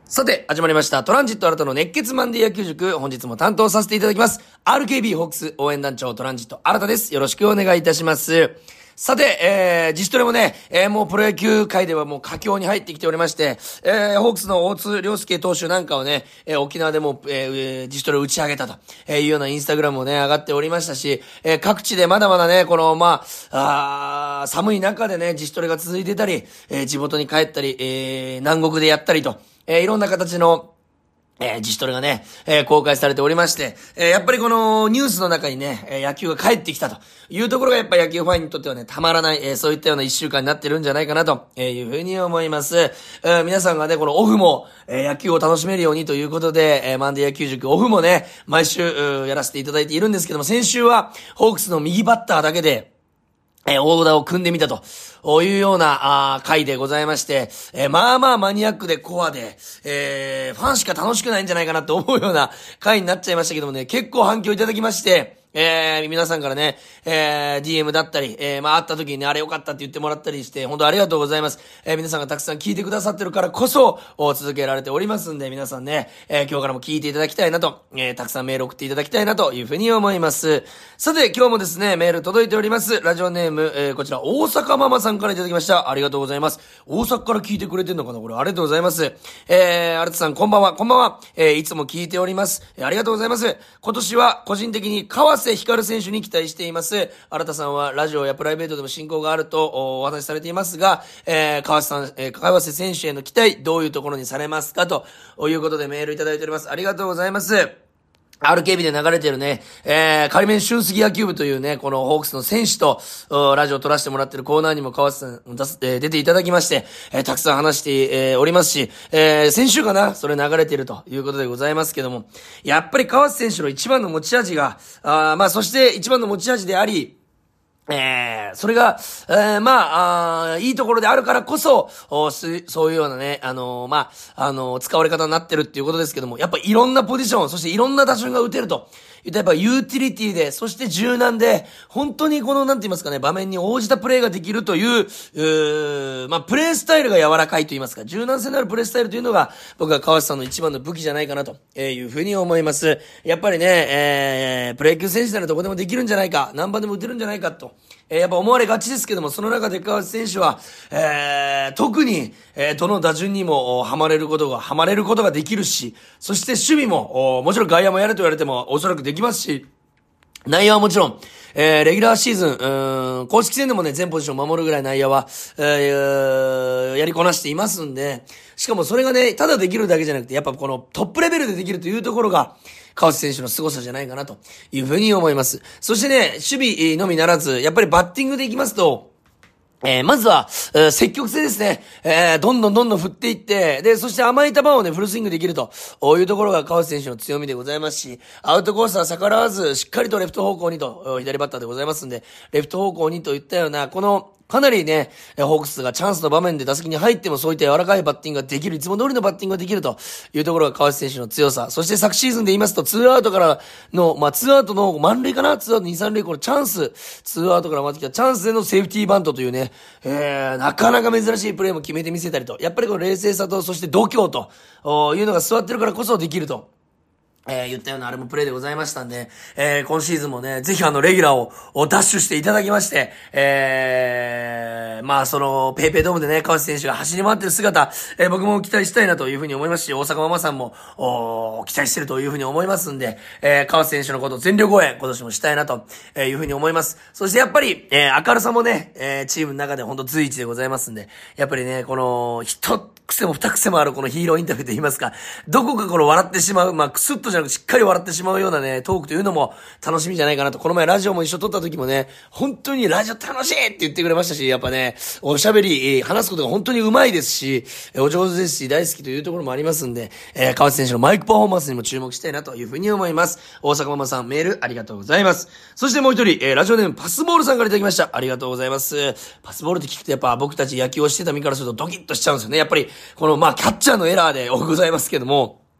さて、始まりました。トランジット新たの熱血マンデー野球塾。本日も担当させていただきます。RKB ホークス応援団長トランジット新たです。よろしくお願いいたします。さて、自主トレもね、もうプロ野球界ではもう佳境に入ってきておりまして、ホークスの大津亮介投手なんかをね、沖縄でも、自主トレを打ち上げたというようなインスタグラムもね、上がっておりましたし、各地でまだまだね、この、寒い中でね、自主トレが続いてたり、地元に帰ったり、南国でやったりと、いろんな形の、自主トレがね、公開されておりまして、やっぱりこのニュースの中にね、野球が帰ってきたというところがやっぱ野球ファンにとってはね、たまらない、そういったような一週間になってるんじゃないかなというふうに思います。皆さんがね、このオフも、野球を楽しめるようにということで、マンデー野球塾オフもね、毎週、やらせていただいているんですけども、先週はホークスの右バッターだけで、オーダーを組んでみたというような回でございまして、まあまあマニアックでコアで、ファンしか楽しくないんじゃないかなと思うような回になっちゃいましたけどもね、結構反響いただきまして、皆さんからね、DM だったり、会った時にね、あれ良かったって言ってもらったりして、本当ありがとうございます。皆さんがたくさん聞いてくださってるからこそ、続けられておりますんで、皆さんね、今日からも聞いていただきたいなと、たくさんメール送っていただきたいなというふうに思います。さて、今日もですね、メール届いております。ラジオネーム、こちら、大阪ママさんからいただきました。ありがとうございます。大阪から聞いてくれてんのかなこれ、ありがとうございます。新田さん、こんばんは、こんばんは。いつも聞いております。ありがとうございます。今年は、個人的に川瀬光選手に期待しています。新田さんはラジオやプライベートでも親交があるとお話しされていますが、川瀬選手への期待、どういうところにされますかということでメールいただいております。ありがとうございます。RKB で流れてるね、仮面俊杉野球部というね、このホークスの選手と、ラジオを撮らせてもらってるコーナーにも川瀬さん出ていただきまして、たくさん話して、おりますし、先週かな、それ流れているということでございますけども、やっぱり川瀬選手の一番の持ち味が、そして一番の持ち味であり、それが、いいところであるからこそ、そういうようなね、使われ方になってるっていうことですけども、やっぱいろんなポジション、そしていろんな打順が打てると。やっぱユーティリティで、そして柔軟で、本当にこの、なんて言いますかね、場面に応じたプレーができるという、プレースタイルが柔らかいと言いますか、柔軟性のあるプレースタイルというのが、僕は川瀬さんの一番の武器じゃないかなというふうに思います。やっぱりね、プロ野球選手ならどこでもできるんじゃないか、何番でも打てるんじゃないかと。やっぱ思われがちですけども、その中で川瀬選手は、特に、どの打順にもはまれることができるし、そして守備も、もちろん外野もやれと言われてもおそらくできますし、内野はもちろん、レギュラーシーズン、公式戦でもね、全ポジション守るぐらい内野は、やりこなしていますんで、しかもそれがね、ただできるだけじゃなくて、やっぱこのトップレベルでできるというところが、川瀬選手の凄さじゃないかなというふうに思います。そしてね、守備のみならず、やっぱりバッティングでいきますと、まずは、積極性ですね。どんどん振っていって、で、そして甘い球をね、フルスイングできるというところが川瀬選手の強みでございますし、アウトコースは逆らわず、しっかりとレフト方向にと、左バッターでございますんで、レフト方向にといったような、この、かなりね、ホークスがチャンスの場面で打席に入ってもそういった柔らかいバッティングができる、いつも通りのバッティングができるというところが川瀬選手の強さ。そして昨シーズンで言いますと、ツーアウトからの、ツーアウトの満塁かな、ツーアウト2、3塁、このチャンス、ツーアウトから回ってきたチャンスでのセーフティーバントというね、なかなか珍しいプレーも決めてみせたりと、やっぱりこの冷静さと、そして度胸というのが座ってるからこそできると。言ったようなあれもプレイでございましたんで、今シーズンもね、ぜひレギュラーをダッシュしていただきまして、その、ペイペイドームでね、川瀬選手が走り回ってる姿、僕も期待したいなというふうに思いますし、大阪ママさんも、期待してるというふうに思いますんで、川瀬選手のこと全力応援、今年もしたいなというふうに思います。そしてやっぱり、明るさもね、チームの中で本当随一でございますんで、やっぱりね、この、一癖も二癖もあるこのヒーローインタビューと言いますか、どこかこの笑ってしまう、クスッとじゃなくしっかり笑ってしまうようなね、トークというのも楽しみじゃないかなと。この前ラジオも一緒撮った時もね、本当にラジオ楽しいって言ってくれましたし、やっぱね、おしゃべり、話すことが本当に上手いですし、お上手ですし、大好きというところもありますんで、川瀬選手のマイクパフォーマンスにも注目したいなというふうに思います。大阪ママさんメールありがとうございます。そしてもう一人、ラジオネームパスボールさんからいただきました。ありがとうございます。パスボールって聞くとやっぱ僕たち野球をしてた身からするとドキッとしちゃうんですよね。やっぱり、このキャッチャーのエラーでございますけども、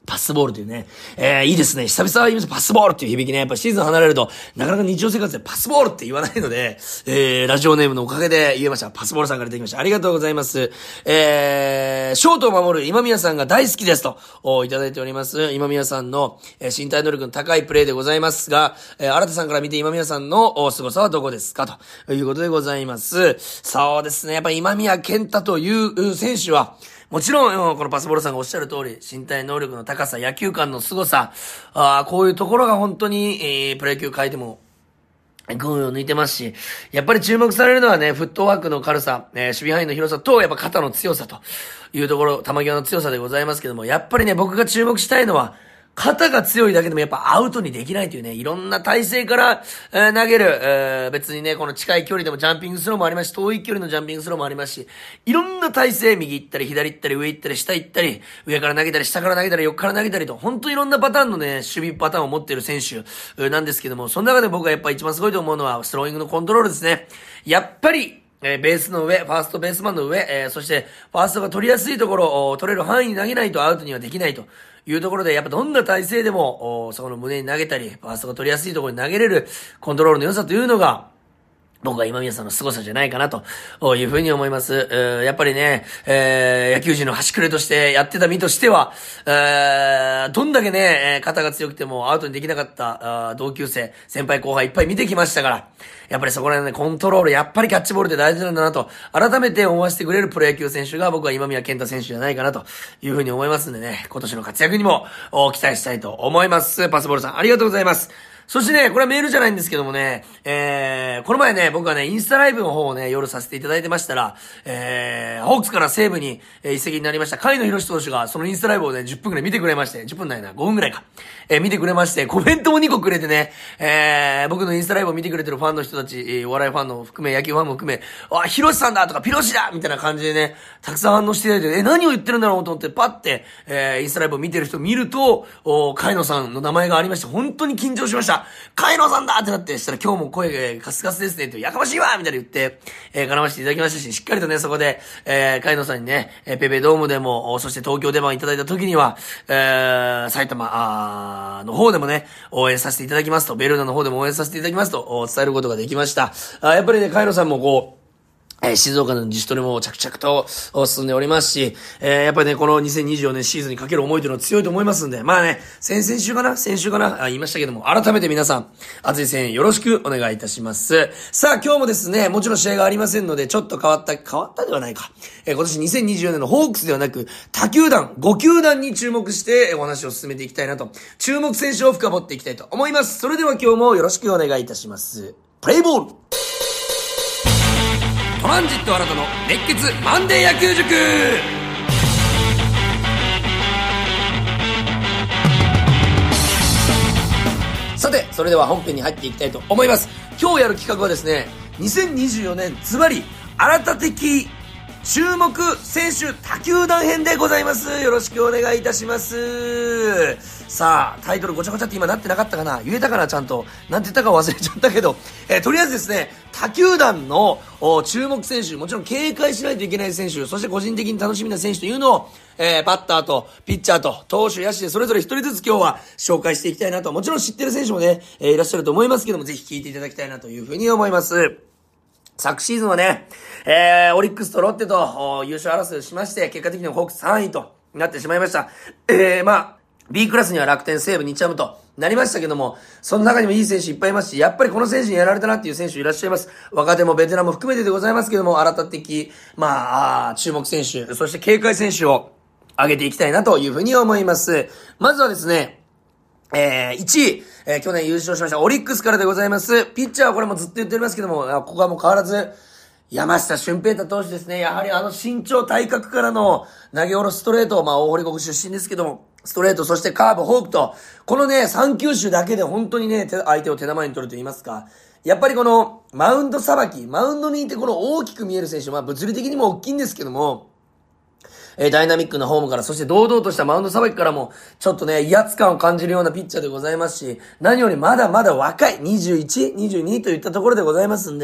パスボールというね、いいですね。久々は言います。パスボールっていう響きね。やっぱシーズン離れると、なかなか日常生活でパスボールって言わないので、ラジオネームのおかげで言えました。パスボールさんからいただきました。ありがとうございます。ショートを守る今宮さんが大好きですと、いただいております。今宮さんの、身体能力の高いプレーでございますが、新田さんから見て今宮さんの凄さはどこですかということでございます。そうですね。やっぱり今宮健太という選手は、もちろん、このパスボールさんがおっしゃる通り、身体能力の高さ、野球観の凄さ、こういうところが本当に、プロ野球界でも、群を抜いてますし、やっぱり注目されるのはね、フットワークの軽さ、守備範囲の広さと、やっぱ肩の強さというところ、球際の強さでございますけども、やっぱりね、僕が注目したいのは、肩が強いだけでもやっぱアウトにできないというね、いろんな体勢から、投げる、別にね、この近い距離でもジャンピングスローもありますし、遠い距離のジャンピングスローもありますし、いろんな体勢、右行ったり、左行ったり、上行ったり、下行ったり、上から投げたり、下から投げたり、横から投げたりと、本当いろんなパターンのね、守備パターンを持っている選手なんですけども、その中で僕がやっぱ一番すごいと思うのは、スローイングのコントロールですね。やっぱり、ベースの上、ファーストベースマンの上、そして、ファーストが取りやすいところ、取れる範囲に投げないとアウトにはできないというところで、やっぱどんな体勢でも、そこの胸に投げたり、ファーストが取りやすいところに投げれるコントロールの良さというのが、僕は今宮さんの凄さじゃないかなというふうに思います。やっぱりね、野球人の端くれとしてやってた身としては、どんだけね、肩が強くてもアウトにできなかった同級生、先輩後輩いっぱい見てきましたから、やっぱりそこら辺のね、コントロール、やっぱりキャッチボールって大事なんだなと、改めて思わせてくれるプロ野球選手が僕は今宮健太選手じゃないかなというふうに思いますんでね、今年の活躍にも期待したいと思います。パスボールさん、ありがとうございます。そしてね、これはメールじゃないんですけどもね、この前ね、僕はね、インスタライブの方をね、夜させていただいてましたら、ホークスから西武に、移籍になりました、甲斐野博投手が、そのインスタライブをね、10分くらい見てくれまして、10分ないな、5分くらいか。見てくれまして、コメントも2個くれてね、僕のインスタライブを見てくれてるファンの人たち、お笑いファンの含め、野球ファンも含め、ヒロシさんだとか、ピロシだみたいな感じでね、たくさん反応していただいて、何を言ってるんだろうと思って、パッて、インスタライブを見てる人を見ると、甲斐野さんの名前がありまして、本当に緊張しました。甲斐野さんだってなって、したら今日も声がカスカスですねって、やかましいわみたいな言って、絡ませていただきましたし、しっかりとね、そこで、甲斐野さんにね、ペペドームでも、そして東京出番いただいた時には、埼玉の方でもね、応援させていただきますと、ベルナの方でも応援させていただきますと、伝えることができました。やっぱりね、甲斐野さんもこう、静岡の自主トレも着々と進んでおりますし、やっぱりね、この2024年シーズンにかける思いというのは強いと思いますんで、まあね、先週かな言いましたけども、改めて皆さん、熱い声援よろしくお願いいたします。さあ、今日もですね、もちろん試合がありませんので、ちょっと変わったではないか。今年2024年のホークスではなく、他球団、5球団に注目してお話を進めていきたいなと、注目選手を深掘っていきたいと思います。それでは今日もよろしくお願いいたします。プレイボールトランジット新たの熱血マンデー野球塾。さて、それでは本編に入っていきたいと思います。今日やる企画はですね、2024年ズバリ新た的注目選手他球団編でございます。よろしくお願いいたします。さあ、タイトルごちゃごちゃって今なってなかったかな、言えたかな、ちゃんとなんて言ったか忘れちゃったけど、とりあえずですね、他球団の注目選手、もちろん警戒しないといけない選手、そして個人的に楽しみな選手というのを、バッターとピッチャーと投手野手でそれぞれ一人ずつ今日は紹介していきたいなと。もちろん知ってる選手もね、いらっしゃると思いますけども、ぜひ聞いていただきたいなというふうに思います。昨シーズンはね、オリックスとロッテと優勝争いをしまして、結果的にはホークス3位となってしまいました。B クラスには楽天、西武、日ハムとなりましたけども、その中にもいい選手いっぱいいますし、やっぱりこの選手にやられたなっていう選手いらっしゃいます。若手もベテランも含めてでございますけども、新た的、注目選手、そして警戒選手を挙げていきたいなというふうに思います。まずはですね、1位、去年優勝しましたオリックスからでございます。ピッチャーはこれもずっと言っておりますけども、ここはもう変わらず、山下俊平太投手ですね。やはり身長体格からの投げ下ろすストレート、大堀国出身ですけども、ストレート、そしてカーブ、フォークと、このね、3球種だけで本当にね、相手を手玉に取ると言いますか、やっぱりこの、マウンドさばき、マウンドにいてこの大きく見える選手、物理的にも大きいんですけども、ダイナミックなフォームから、そして堂々としたマウンドさばきからも、ちょっとね、威圧感を感じるようなピッチャーでございますし、何よりまだまだ若い、21、22といったところでございますんで、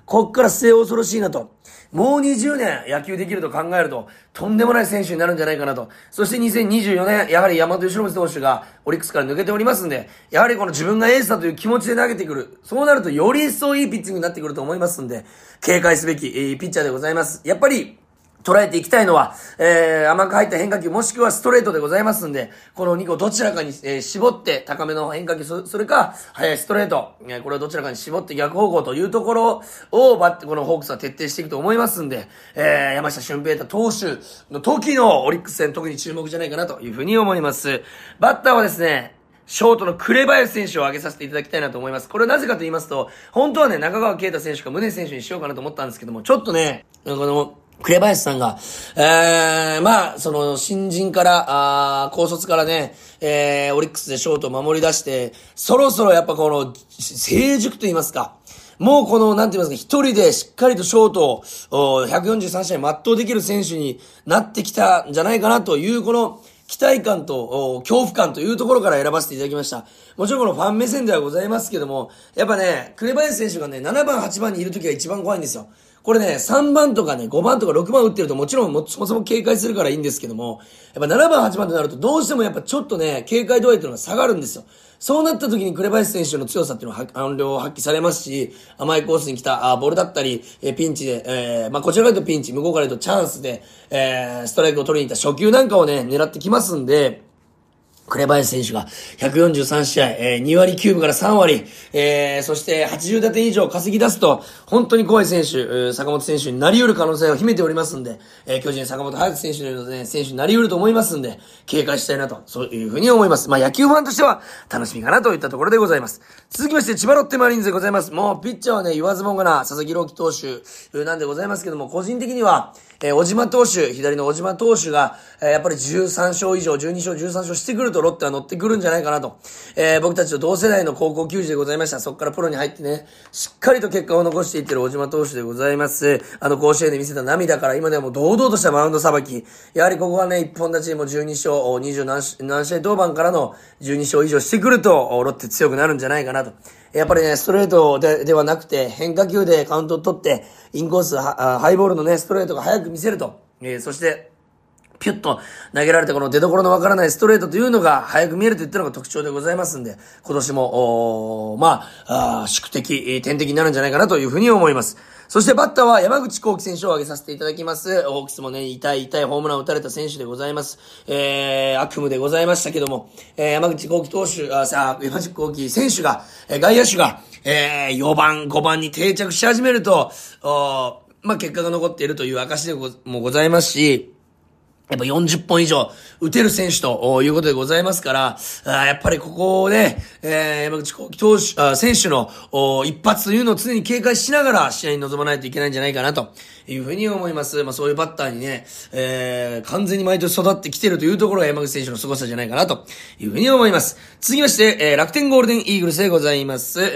こっから末恐ろしいなと。もう20年野球できると考えると、とんでもない選手になるんじゃないかなと。そして2024年、やはり山本由伸投手がオリックスから抜けておりますんで、やはりこの自分がエースだという気持ちで投げてくる。そうなるとより一層いいピッチングになってくると思いますんで、警戒すべき、ピッチャーでございます。やっぱり、捉えていきたいのは、甘く入った変化球もしくはストレートでございますんで、この2個どちらかに、絞って高めの変化球、それか、速いストレート、これをどちらかに絞って逆方向というところを、このホークスは徹底していくと思いますんで、山下俊平太投手の時のオリックス戦特に注目じゃないかなというふうに思います。バッターはですね、ショートの紅林選手を挙げさせていただきたいなと思います。これはなぜかと言いますと、本当はね、中川圭太選手か宗選手にしようかなと思ったんですけども、ちょっとね、この、紅林さんが、その、新人から、高卒からね、オリックスでショートを守り出して、そろそろやっぱこの、成熟と言いますか、もうこの、なんて言いますか、一人でしっかりとショートを、143試合全うできる選手になってきたんじゃないかなという、この、期待感と恐怖感というところから選ばせていただきました。もちろんこのファン目線ではございますけども、やっぱね、紅林選手がね、7番、8番にいるときが一番怖いんですよ。これね、3番とかね、5番とか6番打ってるともちろんそもそも警戒するからいいんですけども、やっぱ7番、8番となるとどうしてもやっぱちょっとね、警戒度合いっていうのが下がるんですよ。そうなった時に紅林選手の強さっていうのは本領発揮されますし、甘いコースに来たボールだったり、ピンチで、こちらから言うとピンチ、向こうから言うとチャンスで、ストライクを取りに行った初球なんかをね、狙ってきますんで、紅林選手が143試合、2割9分から3割、そして80打点以上稼ぎ出すと、本当に怖い選手、坂本選手になり得る可能性を秘めておりますんで、巨人坂本隼人選手のような、ね、選手になり得ると思いますんで、警戒したいなと、そういうふうに思います。野球ファンとしては楽しみかなといったところでございます。続きまして、千葉ロッテマリーンズでございます。もう、ピッチャーはね、言わずもがな、佐々木朗希投手なんでございますけども、個人的には、小島投手、左の小島投手が、やっぱり13勝以上、12勝、13勝してくるとロッテは乗ってくるんじゃないかなと。僕たちと同世代の高校球児でございました。そこからプロに入ってね、しっかりと結果を残していってる小島投手でございます。甲子園で見せた涙から今ではもう堂々としたマウンドさばき。やはりここはね、一本立ちでも12勝、20何試合登板からの12勝以上してくると、ロッテ強くなるんじゃないかなと。やっぱりね、ストレートではなくて、変化球でカウントを取って、インコース、ハイボールのね、ストレートが早く見せると。そして、ピュッと投げられたこの出所のわからないストレートというのが早く見えるといったのが特徴でございますんで、今年も、宿敵、天敵になるんじゃないかなというふうに思います。そしてバッターは山口幸輝選手を挙げさせていただきます。ホークスもね、痛いホームランを打たれた選手でございます。悪夢でございましたけども、山口幸輝投手、山口幸輝選手が、外野手が、4番、5番に定着し始めると、結果が残っているという証でもございますし、やっぱ40本以上打てる選手ということでございますから、やっぱりここをね、山口幸輝投手、選手の一発というのを常に警戒しながら試合に臨まないといけないんじゃないかなというふうに思います。そういうバッターにね、完全に毎年育ってきているというところが山口選手の凄さじゃないかなというふうに思います。続きまして、楽天ゴールデンイーグルスでございます。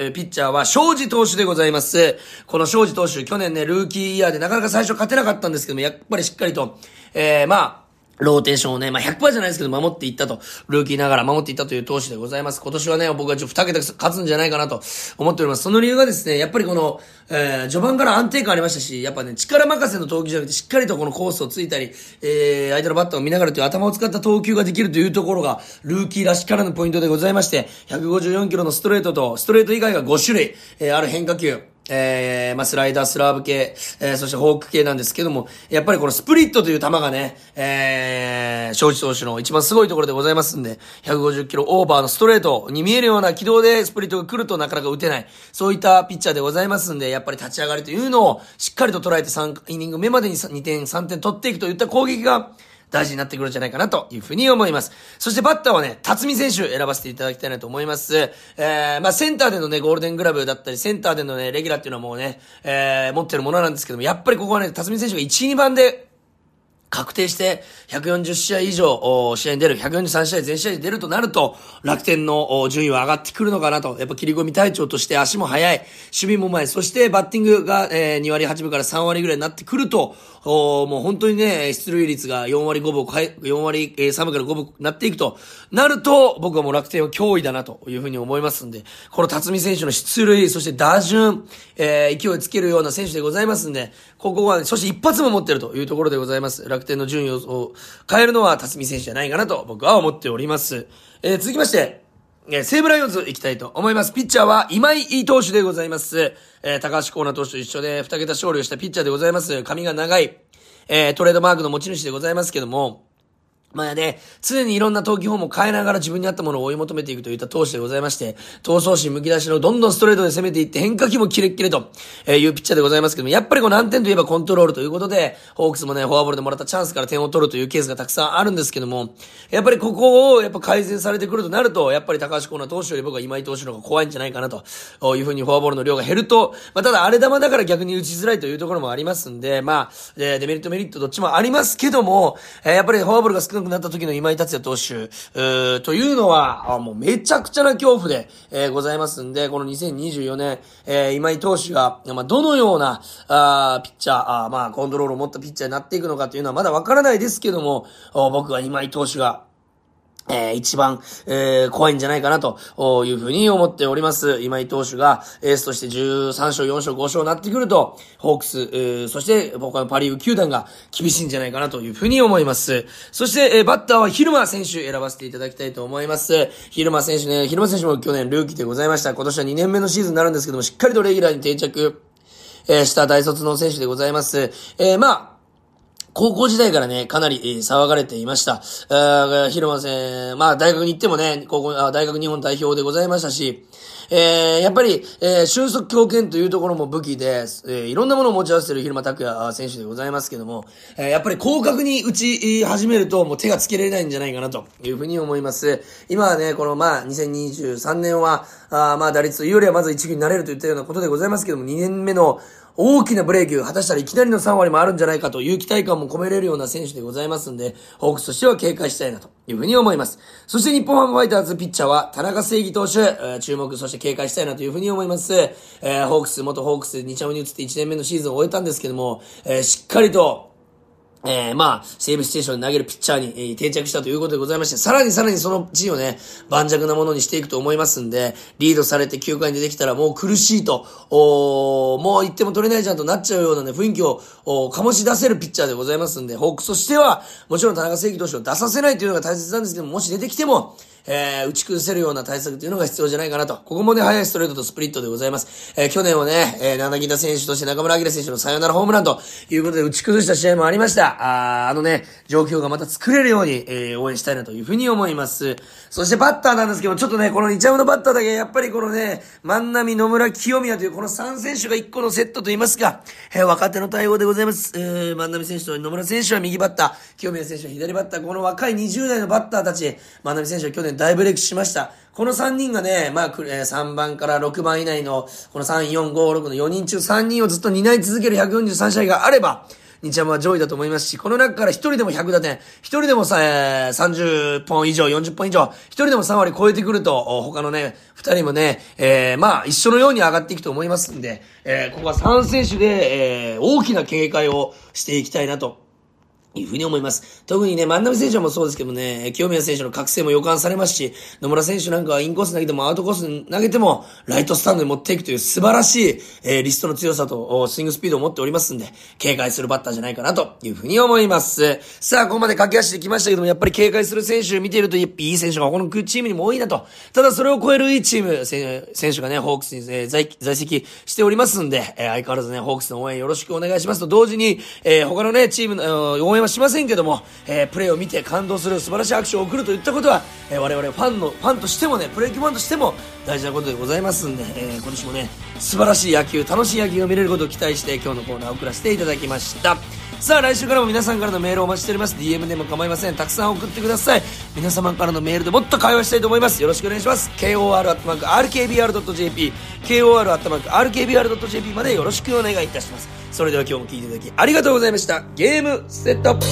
ピッチャーは庄司投手でございます。この庄司投手、去年ね、ルーキーイヤーでなかなか最初勝てなかったんですけども、やっぱりしっかりと、ローテーションをね、100% じゃないですけど守っていったと、ルーキーながら守っていったという投手でございます。今年はね、僕は2桁勝つんじゃないかなと思っております。その理由がですね、やっぱりこの、序盤から安定感ありましたし、やっぱね、力任せの投球じゃなくて、しっかりとこのコースをついたり、相手のバッターを見ながらという頭を使った投球ができるというところが、ルーキーらしからぬポイントでございまして、154キロのストレートと、ストレート以外が5種類、ある変化球、スライダー、スラーブ系、そしてフォーク系なんですけども、やっぱりこのスプリットという球がね、庄司投手の一番すごいところでございますんで、150キロオーバーのストレートに見えるような軌道でスプリットが来るとなかなか打てない。そういったピッチャーでございますんで、やっぱり立ち上がりというのをしっかりと捉えて3イニング目までに2点、3点取っていくといった攻撃が、大事になってくるんじゃないかなというふうに思います。そしてバッターはね、辰巳選手選ばせていただきたいなと思います。センターでのね、ゴールデングラブだったり、センターでのね、レギュラーっていうのはもうね、持ってるものなんですけども、やっぱりここはね、辰巳選手が1、2番で、 確定して140試合以上試合に出る、143試合全試合に出るとなると、楽天の順位は上がってくるのかなと。やっぱ切り込み隊長として足も速い、守備も前、そしてバッティングが2割8分から3割ぐらいになってくると、もう本当にね、出塁率が4割5分、4割3分から5分になっていくとなると、僕はもう楽天は脅威だなというふうに思いますんで、この辰巳選手の出塁、そして打順、勢いつけるような選手でございますんで、ここは、そして一発も持ってるというところでございます。楽天の順位を変えるのは辰巳選手じゃないかなと僕は思っております。続きまして、西武ライオンズ行きたいと思います。ピッチャーは今井投手でございます。高橋光成投手と一緒で2桁勝利をしたピッチャーでございます。髪が長い、トレードマークの持ち主でございますけども、まあね、常にいろんな投球フォームを変えながら自分に合ったものを追い求めていくといった投手でございまして、闘争心むき出しのどんどんストレートで攻めていって変化球もキレッキレというピッチャーでございますけども、やっぱりこの難点といえばコントロールということで、ホークスもね、フォアボールでもらったチャンスから点を取るというケースがたくさんあるんですけども、やっぱりここをやっぱ改善されてくるとなると、やっぱり高橋光成投手より僕は今井投手の方が怖いんじゃないかなというふうにフォアボールの量が減ると、まあただ荒れ球だから逆に打ちづらいというところもありますんで、まあ、デメリットメリットどっちもありますけども、やっぱりフォアボールが少なくなった時の今井達也投手、というのは、もうめちゃくちゃな恐怖で、ございますんで、この2024年、今井投手が、まあ、どのような、ピッチャー、まあ、コントロールを持ったピッチャーになっていくのかというのはまだわからないですけども、僕は今井投手が、一番、怖いんじゃないかなというふうに思っております。今井投手がエースとして13勝、4勝、5勝になってくると、ホークス、そして僕はパリーグ球団が厳しいんじゃないかなというふうに思います。そして、バッターは蛭間選手選ばせていただきたいと思います。蛭間選手ね、蛭間選手も去年ルーキーでございました。今年は2年目のシーズンになるんですけども、しっかりとレギュラーに定着、した大卒の選手でございます。まあ、高校時代からね、かなり騒がれていました。広間選手、まあ大学に行ってもね、大学日本代表でございましたし、やっぱり、俊足強肩というところも武器で、いろんなものを持ち合わせている蛭間拓也選手でございますけども、やっぱり広角に打ち始めるともう手がつけられないんじゃないかなというふうに思います。今はね、このまあ2023年は、まあ打率というよりはまず1軍になれるといったようなことでございますけども、2年目の大きなブレーキを果たしたらいきなりの3割もあるんじゃないかという期待感も込めれるような選手でございますんで、ホークスとしては警戒したいなというふうに思います。そして日本ハムファイターズピッチャーは田中正義投手、注目、そして警戒したいなというふうに思います。ホークス、元ホークス2チャムに移って1年目のシーズンを終えたんですけども、しっかりとまあ、西武ステーションに投げるピッチャーに、定着したということでございまして、さらにその地位をね、盤石なものにしていくと思いますんで、リードされて9回に出てきたらもう苦しいと、もう1点も取れないじゃんとなっちゃうようなね、雰囲気を、醸し出せるピッチャーでございますんで、ホークスとしては、もちろん田中正義投手を出させないというのが大切なんですけども、もし出てきても、打ち崩せるような対策というのが必要じゃないかなと。ここもね、速いストレートとスプリットでございます。去年はね、柳田選手として中村晃選手のサヨナラホームランということで打ち崩した試合もありました。状況がまた作れるように、応援したいなというふうに思います。そしてバッターなんですけど、ちょっとね、この2チャムのバッターだけ、やっぱりこのね、万波、野村、清宮というこの3選手が1個のセットといいますか、若手の対応でございます。万波選手と野村選手は右バッター、清宮選手は左バッター、この若い20代のバッターたち、万波選手は去年大ブレイクしました。この3人がね、まあ、3番から6番以内の、この3、4、5、6の4人中3人をずっと担い続ける143試合があれば、日ハムは上位だと思いますし、この中から1人でも100打点、1人でも30本以上、40本以上、1人でも3割超えてくると、他のね、2人もね、まあ、一緒のように上がっていくと思いますんで、ここは3選手で、大きな警戒をしていきたいなと。いうふうに思います。特にね、万波選手もそうですけどね、清宮選手の覚醒も予感されますし、野村選手なんかはインコース投げてもアウトコース投げても、ライトスタンドに持っていくという素晴らしい、リストの強さとスイングスピードを持っておりますんで、警戒するバッターじゃないかなというふうに思います。さあ、ここまで駆け足できましたけども、やっぱり警戒する選手見ていると、いい選手がこのチームにも多いなと。ただそれを超えるいいチーム、選手がね、ホークスに、在籍しておりますんで、相変わらずね、ホークスの応援よろしくお願いしますと同時に、他のね、チームの応援はしませんけども、プレーを見て感動する素晴らしい握手を送るといったことは、我々ファンとしてもね、プロ野球ファンとしても大事なことでございますんで、今年もね、素晴らしい野球、楽しい野球を見れることを期待して今日のコーナーを送らせていただきました。さあ、来週からも皆さんからのメールをお待ちしております。 DM でも構いません。たくさん送ってください。皆様からのメールでもっと会話したいと思います。よろしくお願いします。KOR@RKBR.jp KOR@RKBR.jp までよろしくお願いいたします。 それでは今日も聞いていただきありがとうございました。ゲームセット。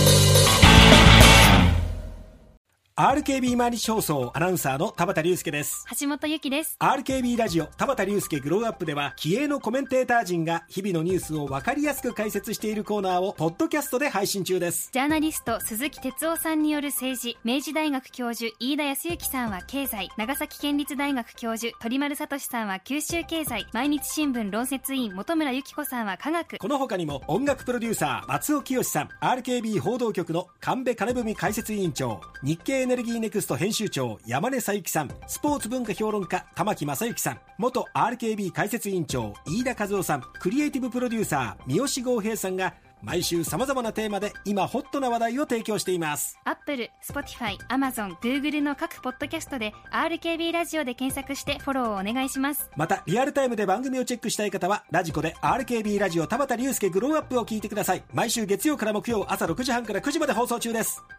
RKB 毎日放送アナウンサーの田畑隆介です。 橋本由紀です。 RKB ラジオ田畑隆介グローアップでは、気鋭のコメンテーター陣が日々のニュースを分かりやすく解説しているコーナーをポッドキャストで配信中です。 ジャーナリスト鈴木哲夫さんによる政治、明治大学教授飯田康之さんは経済、長崎県立大学教授鳥丸聡さんは九州経済、毎日新聞論説委員本村由紀子さんは科学。 この他にも音楽プロデューサー松尾清さん、 RKB 報道局の神戸金文解説委員長、日経エネルギーネクスト編集長山根佐幸さん、スポーツ文化評論家玉木正之さん、元 RKB 解説委員長飯田和夫さん、クリエイティブプロデューサー三好剛平さんが毎週様々なテーマで今ホットな話題を提供しています。 Apple、Spotify、Amazon、Google の各ポッドキャストで RKB ラジオで検索してフォローをお願いします。 またリアルタイムで番組をチェックしたい方はラジコで RKB ラジオ田畑隆介グローアップを聞いてください。毎週月曜から木曜朝6時半から9時まで放送中です。